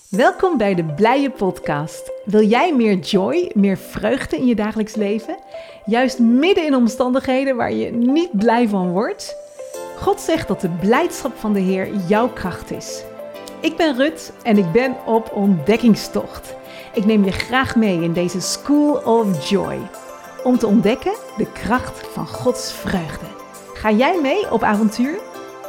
Welkom bij de Blije Podcast. Wil jij meer joy, meer vreugde in je dagelijks leven? Juist midden in omstandigheden waar je niet blij van wordt? God zegt dat de blijdschap van de Heer jouw kracht is. Ik ben Rut en ik ben op ontdekkingstocht. Ik neem je graag mee in deze School of Joy. Om te ontdekken de kracht van Gods vreugde. Ga jij mee op avontuur?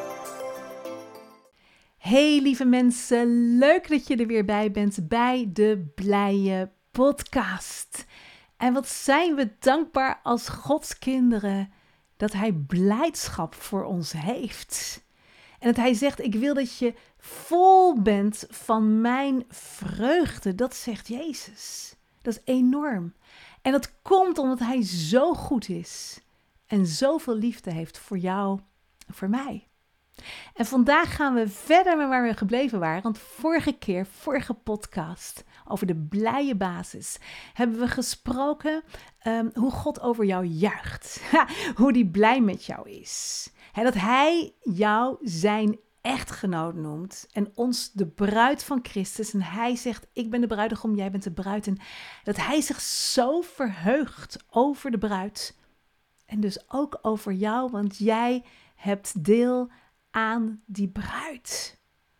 Hey lieve mensen, leuk dat je er weer bij bent bij de Blije Podcast. En wat zijn we dankbaar als Gods kinderen dat Hij blijdschap voor ons heeft. En dat Hij zegt, ik wil dat je vol bent van mijn vreugde. Dat zegt Jezus. Dat is enorm. En dat komt omdat Hij zo goed is en zoveel liefde heeft voor jou en voor mij. En vandaag gaan we verder met waar we gebleven waren. Want vorige podcast over de blije basis, hebben we gesproken hoe God over jou juicht. Hoe die blij met jou is. Dat hij jou zijn echtgenoot noemt en ons de bruid van Christus. En hij zegt, ik ben de bruidegom, jij bent de bruid. En dat hij zich zo verheugt over de bruid. En dus ook over jou, want jij hebt deel aan die bruid.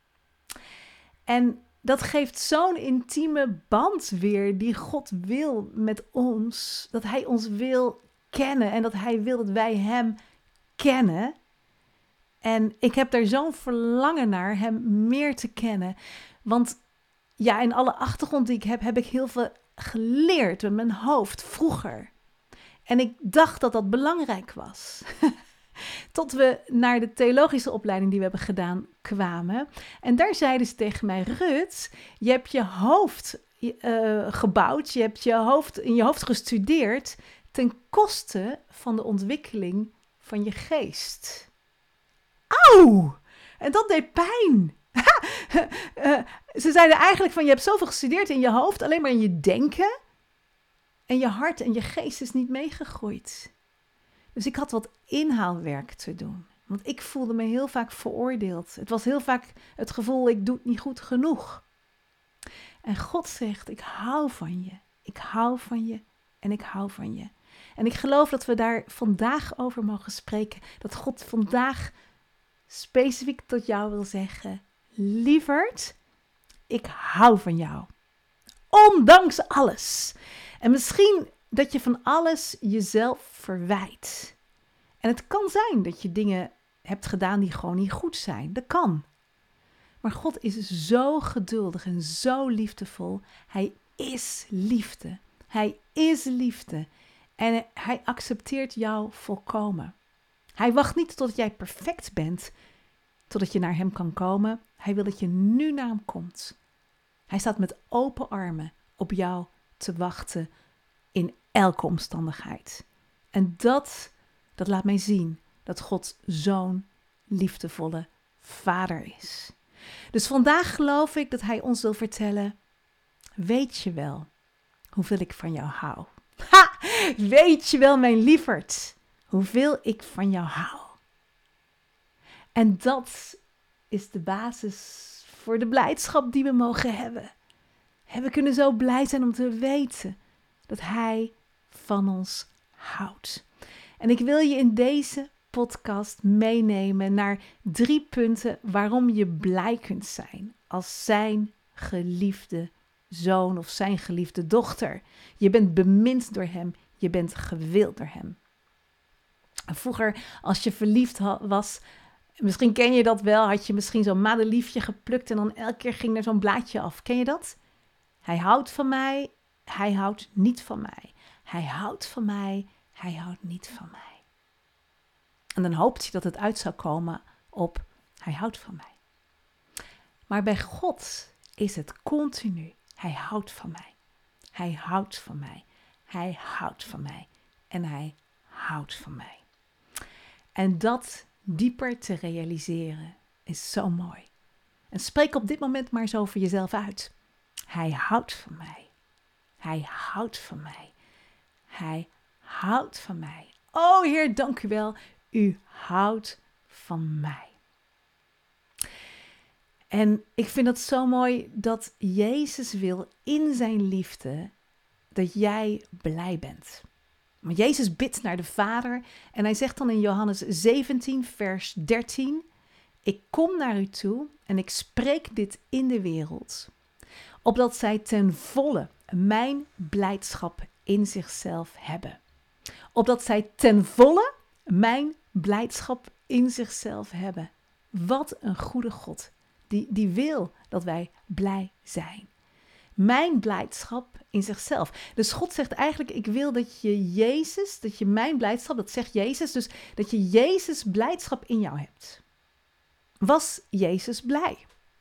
En dat geeft zo'n intieme band weer die God wil met ons. Dat hij ons wil kennen en dat hij wil dat wij hem kennen. En ik heb daar zo'n verlangen naar hem meer te kennen. Want ja, in alle achtergrond die ik heb ik heel veel geleerd met mijn hoofd vroeger. En ik dacht dat dat belangrijk was. Tot we naar de theologische opleiding die we hebben gedaan kwamen. En daar zeiden ze tegen mij, Rut, je hebt je hoofd gebouwd, je hebt in je hoofd gestudeerd ten koste van de ontwikkeling van je geest. Auw! En dat deed pijn. Ze zeiden eigenlijk van, je hebt zoveel gestudeerd in je hoofd, alleen maar in je denken. En je hart en je geest is niet meegegroeid. Dus ik had wat inhaalwerk te doen. Want ik voelde me heel vaak veroordeeld. Het was heel vaak het gevoel, ik doe het niet goed genoeg. En God zegt, ik hou van je. Ik hou van je en ik hou van je. En ik geloof dat we daar vandaag over mogen spreken. Dat God vandaag specifiek tot jou wil zeggen, lieverd, ik hou van jou. Ondanks alles. En misschien dat je van alles jezelf verwijt. En het kan zijn dat je dingen hebt gedaan die gewoon niet goed zijn. Dat kan. Maar God is zo geduldig en zo liefdevol. Hij is liefde. Hij is liefde. En hij accepteert jou volkomen. Hij wacht niet totdat jij perfect bent, totdat je naar hem kan komen. Hij wil dat je nu naar hem komt. Hij staat met open armen op jou te wachten in elke omstandigheid. En dat laat mij zien dat God zo'n liefdevolle vader is. Dus vandaag geloof ik dat hij ons wil vertellen, weet je wel hoeveel ik van jou hou? Ha! Weet je wel, mijn lieverd, hoeveel ik van jou hou? En dat is de basis voor de blijdschap die we mogen hebben. We kunnen zo blij zijn om te weten dat hij van ons houdt. En ik wil je in deze podcast meenemen naar 3 punten waarom je blij kunt zijn als zijn geliefde zoon of zijn geliefde dochter. Je bent bemind door hem, je bent gewild door hem. Vroeger, als je verliefd was, misschien ken je dat wel, had je misschien zo'n madeliefje geplukt en dan elke keer ging er zo'n blaadje af. Ken je dat? Hij houdt van mij, hij houdt niet van mij. Hij houdt van mij, hij houdt niet van mij. En dan hoopt je dat het uit zou komen op, hij houdt van mij. Maar bij God is het continu, hij houdt van mij. Hij houdt van mij. Hij houdt van mij. En hij houdt van mij. En dat dieper te realiseren is zo mooi. En spreek op dit moment maar zo voor jezelf uit. Hij houdt van mij. Hij houdt van mij. Hij houdt van mij. O Heer, dank u wel. U houdt van mij. En ik vind het zo mooi dat Jezus wil in zijn liefde dat jij blij bent. Maar Jezus bidt naar de Vader en hij zegt dan in Johannes 17, vers 13: Ik kom naar u toe en ik spreek dit in de wereld, opdat zij ten volle mijn blijdschap in zichzelf hebben. Opdat zij ten volle mijn blijdschap in zichzelf hebben. Wat een goede God. Die wil dat wij blij zijn. Mijn blijdschap in zichzelf. Dus God zegt eigenlijk, ik wil dat je mijn blijdschap, dat zegt Jezus, dus dat je Jezus blijdschap in jou hebt. Was Jezus blij?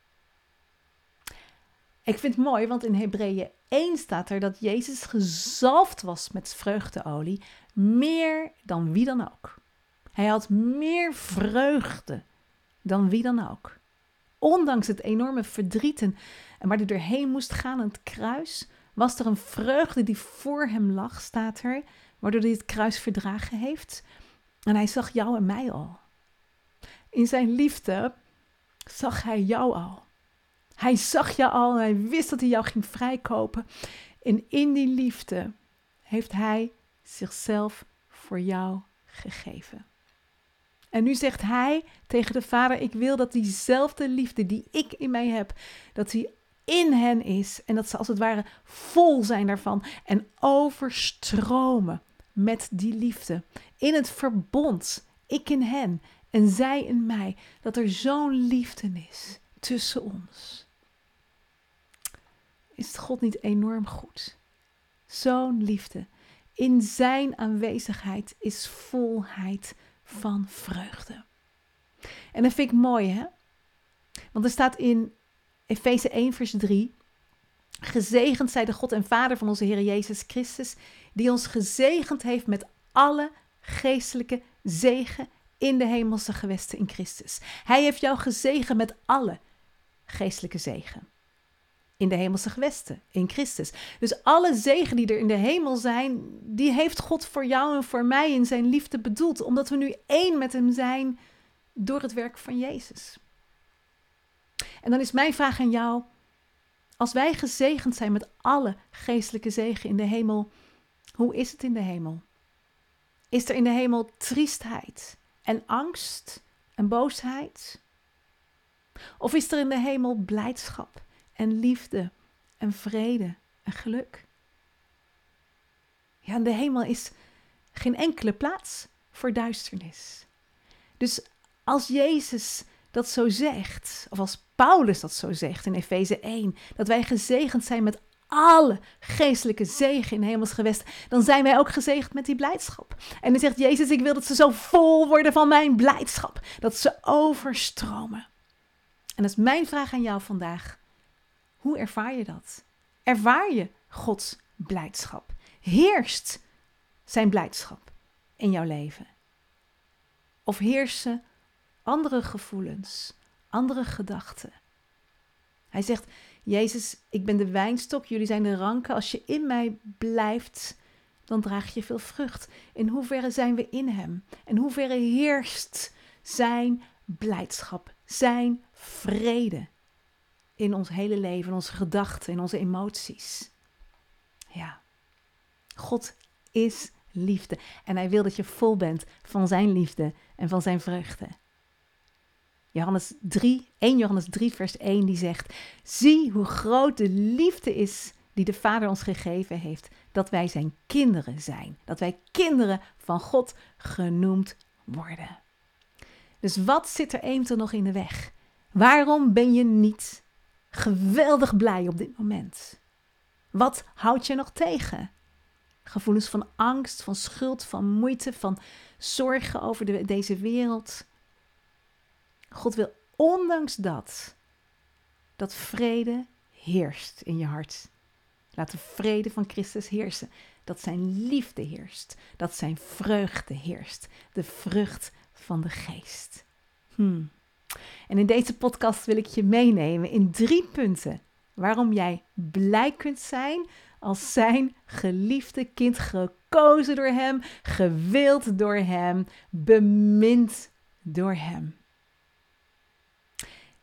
Ik vind het mooi, want in Hebreeën 1 staat er dat Jezus gezalfd was met vreugdeolie, meer dan wie dan ook. Hij had meer vreugde dan wie dan ook. Ondanks het enorme verdriet en waar hij doorheen moest gaan aan het kruis, was er een vreugde die voor hem lag, staat er, waardoor hij het kruis verdragen heeft. En hij zag jou en mij al. In zijn liefde zag hij jou al. Hij zag jou al en hij wist dat hij jou ging vrijkopen. En in die liefde heeft hij zichzelf voor jou gegeven. En nu zegt hij tegen de Vader, ik wil dat diezelfde liefde die ik in mij heb, dat die in hen is. En dat ze als het ware vol zijn daarvan en overstromen met die liefde. In het verbond, ik in hen en zij in mij, dat er zo'n liefde is tussen ons. Is het God niet enorm goed? Zo'n liefde. In zijn aanwezigheid is volheid van vreugde. En dat vind ik mooi, hè? Want er staat in Efeze 1 vers 3: Gezegend zij de God en Vader van onze Heer Jezus Christus, die ons gezegend heeft met alle geestelijke zegen in de hemelse gewesten in Christus. Hij heeft jou gezegend met alle geestelijke zegen in de hemelse gewesten in Christus. Dus alle zegen die er in de hemel zijn, die heeft God voor jou en voor mij in zijn liefde bedoeld, omdat we nu één met hem zijn door het werk van Jezus. En dan is mijn vraag aan jou: als wij gezegend zijn met alle geestelijke zegen in de hemel, hoe is het in de hemel? Is er in de hemel triestheid en angst en boosheid? Of is er in de hemel blijdschap en liefde en vrede en geluk? Ja, in de hemel is geen enkele plaats voor duisternis. Dus als Jezus dat zo zegt, of als Paulus dat zo zegt in Efeze 1, dat wij gezegend zijn met alle geestelijke zegen in hemels gewest, dan zijn wij ook gezegend met die blijdschap. En dan zegt Jezus, ik wil dat ze zo vol worden van mijn blijdschap, dat ze overstromen. En dat is mijn vraag aan jou vandaag. Hoe ervaar je dat? Ervaar je Gods blijdschap? Heerst zijn blijdschap in jouw leven? Of heersen andere gevoelens, andere gedachten? Hij zegt, Jezus, ik ben de wijnstok, jullie zijn de ranken. Als je in mij blijft, dan draag je veel vrucht. In hoeverre zijn we in hem? In hoeverre heerst zijn blijdschap, zijn vrede in ons hele leven, in onze gedachten, in onze emoties? Ja, God is liefde en hij wil dat je vol bent van zijn liefde en van zijn vreugde. 1 Johannes 3 vers 1 die zegt, zie hoe groot de liefde is die de Vader ons gegeven heeft, dat wij zijn kinderen zijn, dat wij kinderen van God genoemd worden. Dus wat zit er eventueel nog in de weg? Waarom ben je niet geweldig blij op dit moment? Wat houdt je nog tegen? Gevoelens van angst, van schuld, van moeite, van zorgen over deze wereld. God wil ondanks dat vrede heerst in je hart. Laat de vrede van Christus heersen. Dat zijn liefde heerst. Dat zijn vreugde heerst. De vrucht van de geest. En in deze podcast wil ik je meenemen in 3 punten waarom jij blij kunt zijn als zijn geliefde kind, gekozen door hem, gewild door hem, bemind door hem.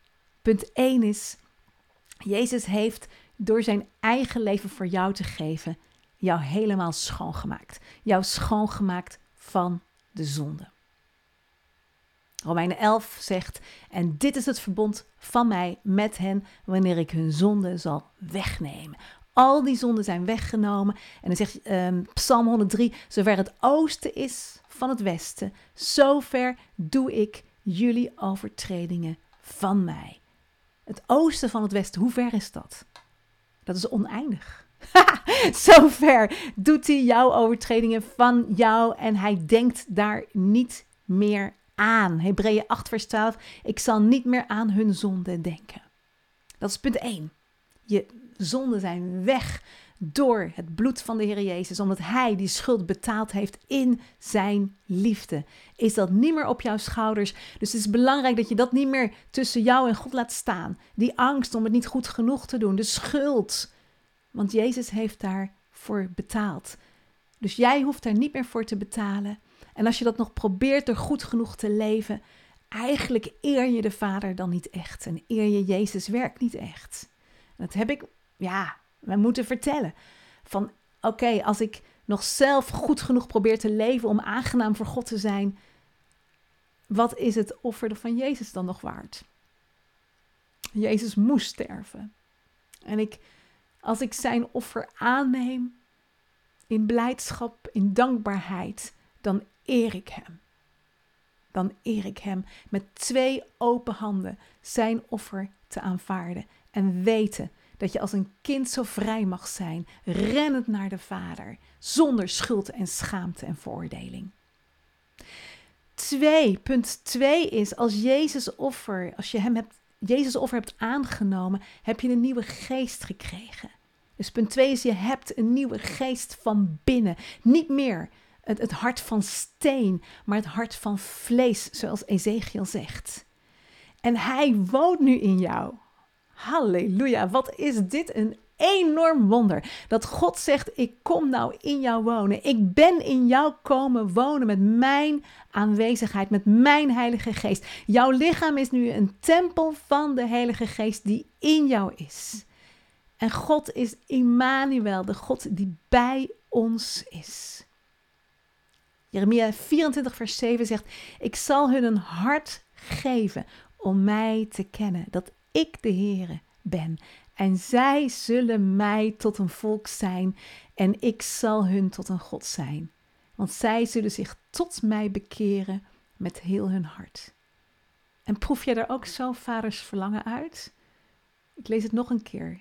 Punt 1 is, Jezus heeft door zijn eigen leven voor jou te geven, jou helemaal schoongemaakt. Jou schoongemaakt van de zonde. Romeinen 11 zegt, en dit is het verbond van mij met hen, wanneer ik hun zonde zal wegnemen. Al die zonden zijn weggenomen. En dan zegt Psalm 103, zover het oosten is van het westen, zover doe ik jullie overtredingen van mij. Het oosten van het westen, hoe ver is dat? Dat is oneindig. Zo ver doet hij jouw overtredingen van jou en hij denkt daar niet meer aan. Hebreeën 8 vers 12, ik zal niet meer aan hun zonde denken. Dat is punt 1. Je zonden zijn weg door het bloed van de Heer Jezus, omdat hij die schuld betaald heeft in zijn liefde. Is dat niet meer op jouw schouders. Dus het is belangrijk dat je dat niet meer tussen jou en God laat staan. Die angst om het niet goed genoeg te doen, de schuld. Want Jezus heeft daarvoor betaald. Dus jij hoeft daar niet meer voor te betalen. En als je dat nog probeert door goed genoeg te leven, eigenlijk eer je de Vader dan niet echt. En eer je Jezus werk niet echt. En dat heb ik, wij moeten vertellen. Van oké, als ik nog zelf goed genoeg probeer te leven om aangenaam voor God te zijn, wat is het offer van Jezus dan nog waard? Jezus moest sterven. En als ik zijn offer aanneem, in blijdschap, in dankbaarheid, dan eer ik hem. Dan eer ik hem met 2 open handen zijn offer te aanvaarden. En weten dat je als een kind zo vrij mag zijn, rennend naar de Vader, zonder schuld en schaamte en veroordeling. Punt 2 is, als Jezus offer hebt aangenomen, heb je een nieuwe geest gekregen. Dus punt 2 is, je hebt een nieuwe geest van binnen. Niet meer het hart van steen, maar het hart van vlees, zoals Ezekiel zegt. En hij woont nu in jou. Halleluja, wat is dit een enorm wonder. Dat God zegt, ik kom nou in jou wonen. Ik ben in jou komen wonen met mijn aanwezigheid, met mijn Heilige Geest. Jouw lichaam is nu een tempel van de Heilige Geest die in jou is. En God is Immanuel, de God die bij ons is. Jeremia 24 vers 7 zegt, ik zal hun een hart geven om mij te kennen, dat ik de Heere ben. En zij zullen mij tot een volk zijn en ik zal hun tot een God zijn. Want zij zullen zich tot mij bekeren met heel hun hart. En proef jij er ook zo vaders verlangen uit? Ik lees het nog een keer.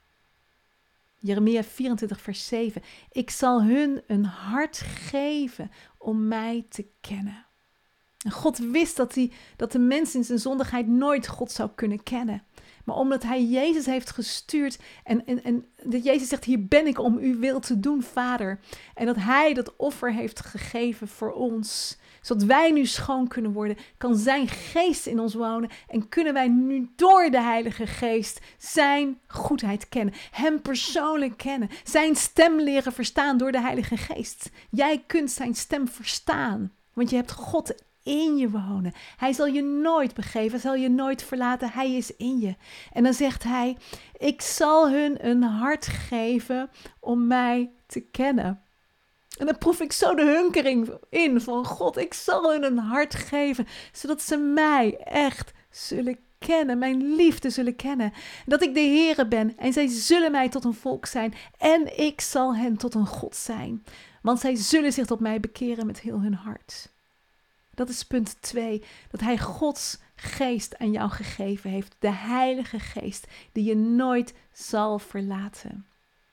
Jeremia 24 vers 7. Ik zal hun een hart geven om mij te kennen. En God wist dat de mens in zijn zondigheid nooit God zou kunnen kennen. Maar omdat hij Jezus heeft gestuurd en dat Jezus zegt, hier ben ik om uw wil te doen, Vader. En dat hij dat offer heeft gegeven voor ons, zodat wij nu schoon kunnen worden, kan zijn geest in ons wonen en kunnen wij nu door de Heilige Geest zijn goedheid kennen, hem persoonlijk kennen, zijn stem leren verstaan door de Heilige Geest. Jij kunt zijn stem verstaan, want je hebt God in je wonen. Hij zal je nooit begeven, hij zal je nooit verlaten, hij is in je. En dan zegt hij, ik zal hun een hart geven om mij te kennen. En dan proef ik zo de hunkering in van God, ik zal hun een hart geven, zodat ze mij echt zullen kennen, mijn liefde zullen kennen. Dat ik de Heere ben en zij zullen mij tot een volk zijn en ik zal hen tot een God zijn. Want zij zullen zich tot mij bekeren met heel hun hart. Dat is punt 2, dat hij Gods geest aan jou gegeven heeft. De Heilige Geest die je nooit zal verlaten.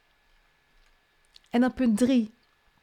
En dan punt 3.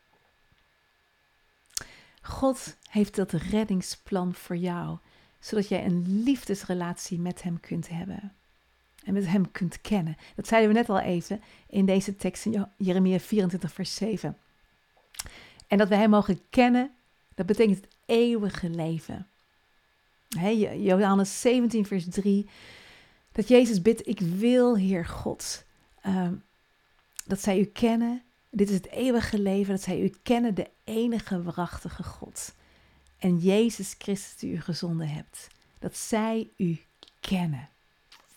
God heeft dat reddingsplan voor jou, zodat jij een liefdesrelatie met hem kunt hebben. En met hem kunt kennen. Dat zeiden we net al even in deze tekst in Jeremia 24 vers 7. En dat we hem mogen kennen, dat betekent het eeuwige leven. Johannes 17 vers 3. Dat Jezus bidt, ik wil Heer God. Dat zij u kennen. Dit is het eeuwige leven. Dat zij u kennen, de enige waarachtige God. En Jezus Christus die u gezonden hebt. Dat zij u kennen.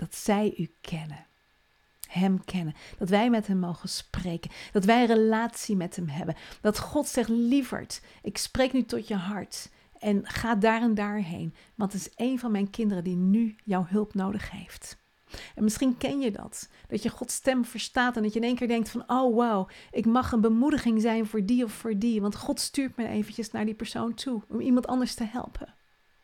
dat zij u kennen. Hem kennen. Dat wij met hem mogen spreken. Dat wij een relatie met hem hebben. Dat God zegt, lieverd, ik spreek nu tot je hart. En ga daar en daarheen. Want het is een van mijn kinderen die nu jouw hulp nodig heeft. En misschien ken je dat. Dat je Gods stem verstaat en dat je in één keer denkt van, oh wauw, ik mag een bemoediging zijn voor die of voor die. Want God stuurt me eventjes naar die persoon toe om iemand anders te helpen.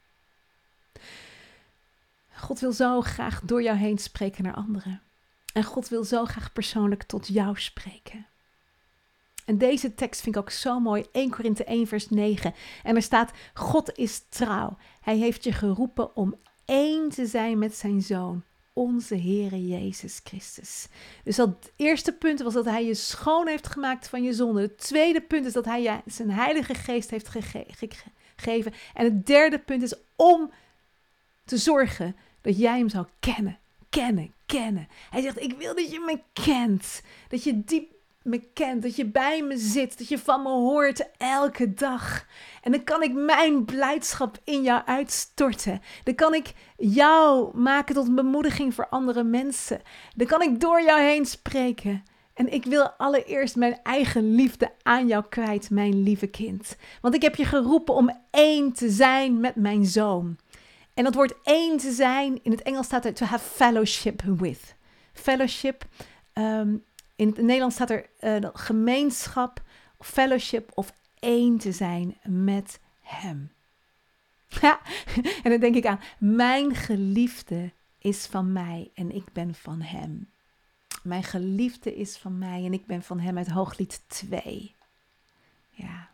God wil zo graag door jou heen spreken naar anderen. En God wil zo graag persoonlijk tot jou spreken. En deze tekst vind ik ook zo mooi. 1 Korinthe 1 vers 9. En er staat, God is trouw. Hij heeft je geroepen om één te zijn met zijn Zoon, onze Heere Jezus Christus. Dus het eerste punt was dat hij je schoon heeft gemaakt van je zonde. Het tweede punt is dat hij je zijn Heilige Geest heeft gegeven. En het derde punt is om te zorgen dat jij hem zou kennen. Hij zegt, ik wil dat je me kent. Dat je diep me kent. Dat je bij me zit. Dat je van me hoort elke dag. En dan kan ik mijn blijdschap in jou uitstorten. Dan kan ik jou maken tot een bemoediging voor andere mensen. Dan kan ik door jou heen spreken. En ik wil allereerst mijn eigen liefde aan jou kwijt, mijn lieve kind. Want ik heb je geroepen om één te zijn met mijn Zoon. En dat woord één te zijn, in het Engels staat er to have fellowship with. Fellowship, in het Nederlands staat er gemeenschap, fellowship of één te zijn met hem. Ja, en dan denk ik aan, mijn geliefde is van mij en ik ben van hem. Mijn geliefde is van mij en ik ben van hem uit Hooglied 2. Ja.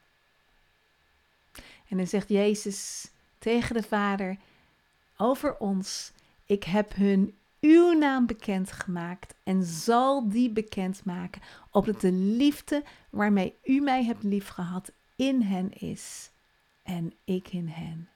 En dan zegt Jezus tegen de Vader over ons, ik heb hun uw naam bekendgemaakt en zal die bekendmaken, opdat de liefde waarmee u mij hebt liefgehad in hen is en ik in hen.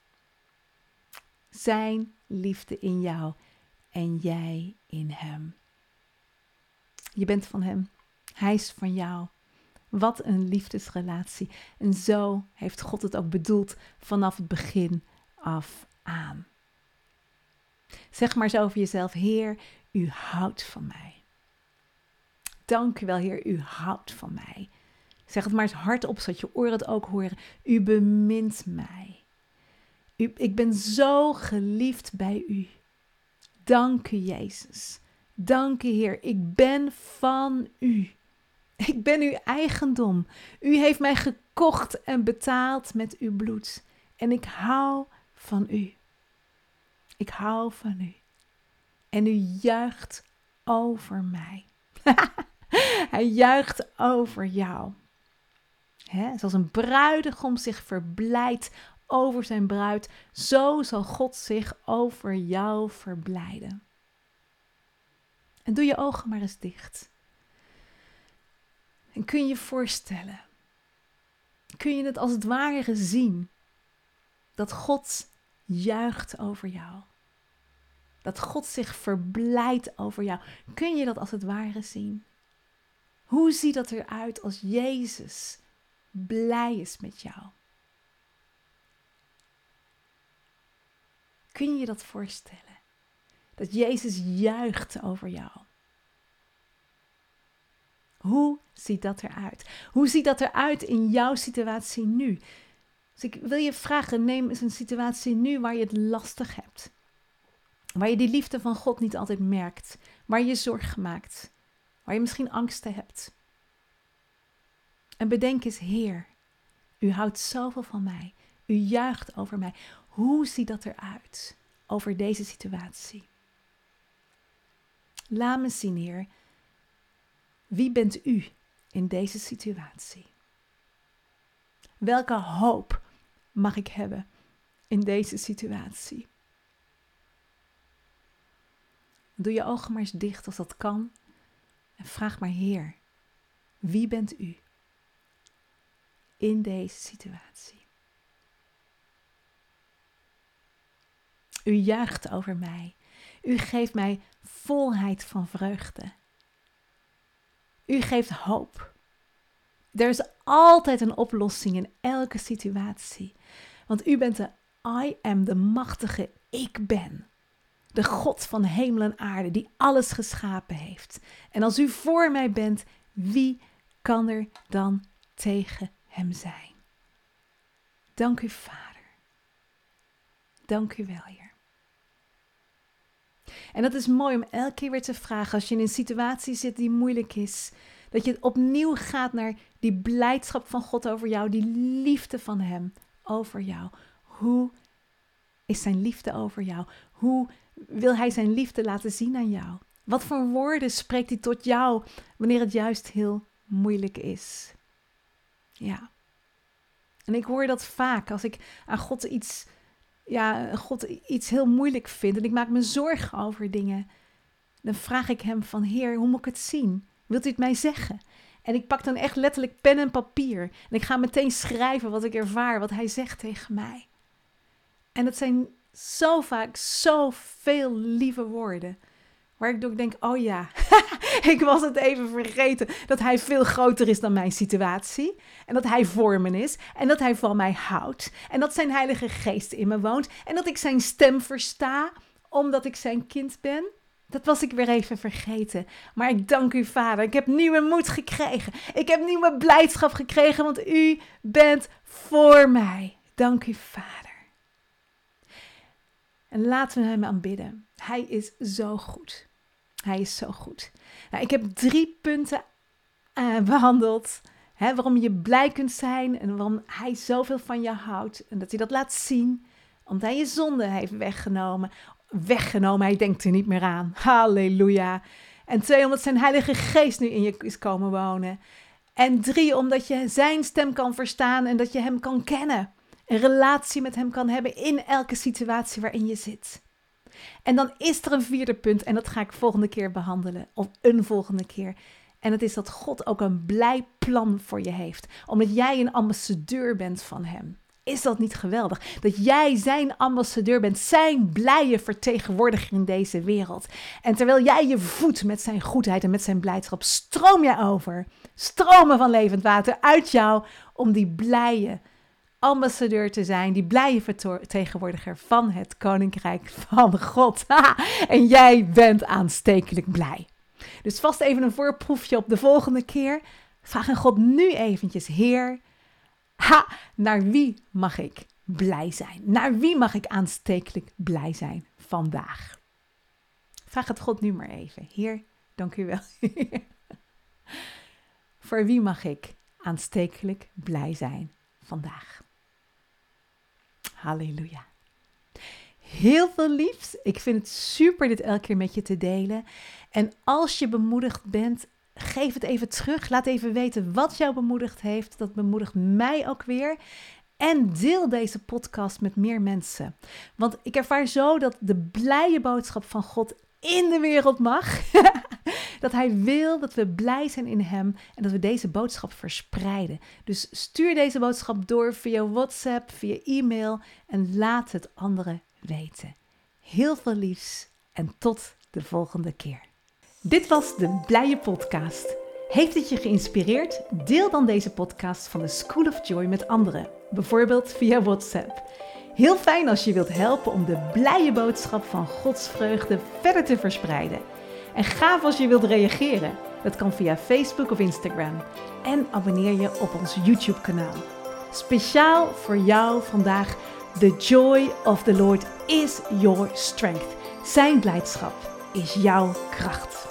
Zijn liefde in jou en jij in hem. Je bent van hem, hij is van jou. Wat een liefdesrelatie. En zo heeft God het ook bedoeld vanaf het begin af aan. Zeg maar zo over jezelf, Heer, u houdt van mij. Dank u wel, Heer, u houdt van mij. Zeg het maar eens hardop, zodat je oren het ook horen. U bemint mij. Ik ben zo geliefd bij u. Dank u, Jezus. Dank u, Heer. Ik ben van u. Ik ben uw eigendom. U heeft mij gekocht en betaald met uw bloed. En ik hou van u. Ik hou van u. En u juicht over mij. Hij juicht over jou. Zoals een bruidegom zich verblijdt over zijn bruid, zo zal God zich over jou verblijden. En doe je ogen maar eens dicht. En kun je je voorstellen, kun je het als het ware zien, dat God juicht over jou. Dat God zich verblijdt over jou. Kun je dat als het ware zien? Hoe ziet dat eruit als Jezus blij is met jou? Kun je je dat voorstellen? Dat Jezus juicht over jou. Hoe ziet dat eruit? Hoe ziet dat eruit in jouw situatie nu? Dus ik wil je vragen, neem eens een situatie nu waar je het lastig hebt. Waar je die liefde van God niet altijd merkt. Waar je zorgen maakt. Waar je misschien angsten hebt. En bedenk eens, Heer, u houdt zoveel van mij. U juicht over mij. Hoe ziet dat eruit over deze situatie? Laat me zien, Heer. Wie bent u in deze situatie? Welke hoop mag ik hebben in deze situatie? Doe je ogen maar eens dicht als dat kan. En vraag maar, Heer, wie bent u in deze situatie? U juicht over mij. U geeft mij volheid van vreugde. U geeft hoop. Er is altijd een oplossing in elke situatie. Want u bent de I am, de machtige ik ben. De God van hemel en aarde, die alles geschapen heeft. En als u voor mij bent, wie kan er dan tegen hem zijn? Dank u, Vader. Dank u wel, Heer. En dat is mooi om elke keer weer te vragen, als je in een situatie zit die moeilijk is, dat je opnieuw gaat naar die blijdschap van God over jou, die liefde van hem over jou. Hoe is zijn liefde over jou? Hoe wil hij zijn liefde laten zien aan jou? Wat voor woorden spreekt hij tot jou wanneer het juist heel moeilijk is? Ja. En ik hoor dat vaak als ik aan God iets heel moeilijk vind en ik maak me zorgen over dingen. Dan vraag ik hem van, Heer, hoe moet ik het zien? Wilt u het mij zeggen? En ik pak dan echt letterlijk pen en papier. En ik ga meteen schrijven wat ik ervaar, wat hij zegt tegen mij. En het zijn zo vaak zoveel lieve woorden. Waar ik ook denk, oh ja, ik was het even vergeten. Dat hij veel groter is dan mijn situatie. En dat hij voor me is. En dat hij van mij houdt. En dat zijn Heilige Geest in me woont. En dat ik zijn stem versta, omdat ik zijn kind ben. Dat was ik weer even vergeten. Maar ik dank u, Vader. Ik heb nieuwe moed gekregen. Ik heb nieuwe blijdschap gekregen, want u bent voor mij. Dank u, Vader. En laten we hem aanbidden. Hij is zo goed. Hij is zo goed. Nou, ik heb 3 punten behandeld. Waarom je blij kunt zijn en waarom hij zoveel van je houdt. En dat hij dat laat zien. Omdat hij je zonde heeft weggenomen. Hij denkt er niet meer aan. Halleluja. En 2, omdat zijn Heilige Geest nu in je is komen wonen. En 3, omdat je zijn stem kan verstaan en dat je hem kan kennen. Een relatie met hem kan hebben in elke situatie waarin je zit. En dan is er een 4e punt en dat ga ik volgende keer behandelen. Of een volgende keer. En het is dat God ook een blij plan voor je heeft. Omdat jij een ambassadeur bent van hem. Is dat niet geweldig? Dat jij zijn ambassadeur bent. Zijn blije vertegenwoordiger in deze wereld. En terwijl jij je voedt met zijn goedheid en met zijn blijdschap, stroom jij over. Stromen van levend water uit jou om die blije ambassadeur te zijn, die blije vertegenwoordiger van het Koninkrijk van God. En jij bent aanstekelijk blij. Dus vast even een voorproefje op de volgende keer. Vraag aan God nu eventjes, Heer, naar wie mag ik blij zijn? Naar wie mag ik aanstekelijk blij zijn vandaag? Vraag het God nu maar even. Heer, dank u wel. Voor wie mag ik aanstekelijk blij zijn vandaag? Halleluja. Heel veel liefs. Ik vind het super dit elke keer met je te delen. En als je bemoedigd bent, geef het even terug. Laat even weten wat jou bemoedigd heeft. Dat bemoedigt mij ook weer. En deel deze podcast met meer mensen. Want ik ervaar zo dat de blije boodschap van God in de wereld mag. Dat hij wil dat we blij zijn in hem en dat we deze boodschap verspreiden. Dus stuur deze boodschap door via WhatsApp, via e-mail en laat het anderen weten. Heel veel liefs en tot de volgende keer. Dit was de Blije Podcast. Heeft het je geïnspireerd? Deel dan deze podcast van de School of Joy met anderen. Bijvoorbeeld via WhatsApp. Heel fijn als je wilt helpen om de blije boodschap van Gods vreugde verder te verspreiden. En gaaf als je wilt reageren. Dat kan via Facebook of Instagram. En abonneer je op ons YouTube-kanaal. Speciaal voor jou vandaag. The joy of the Lord is your strength. Zijn blijdschap is jouw kracht.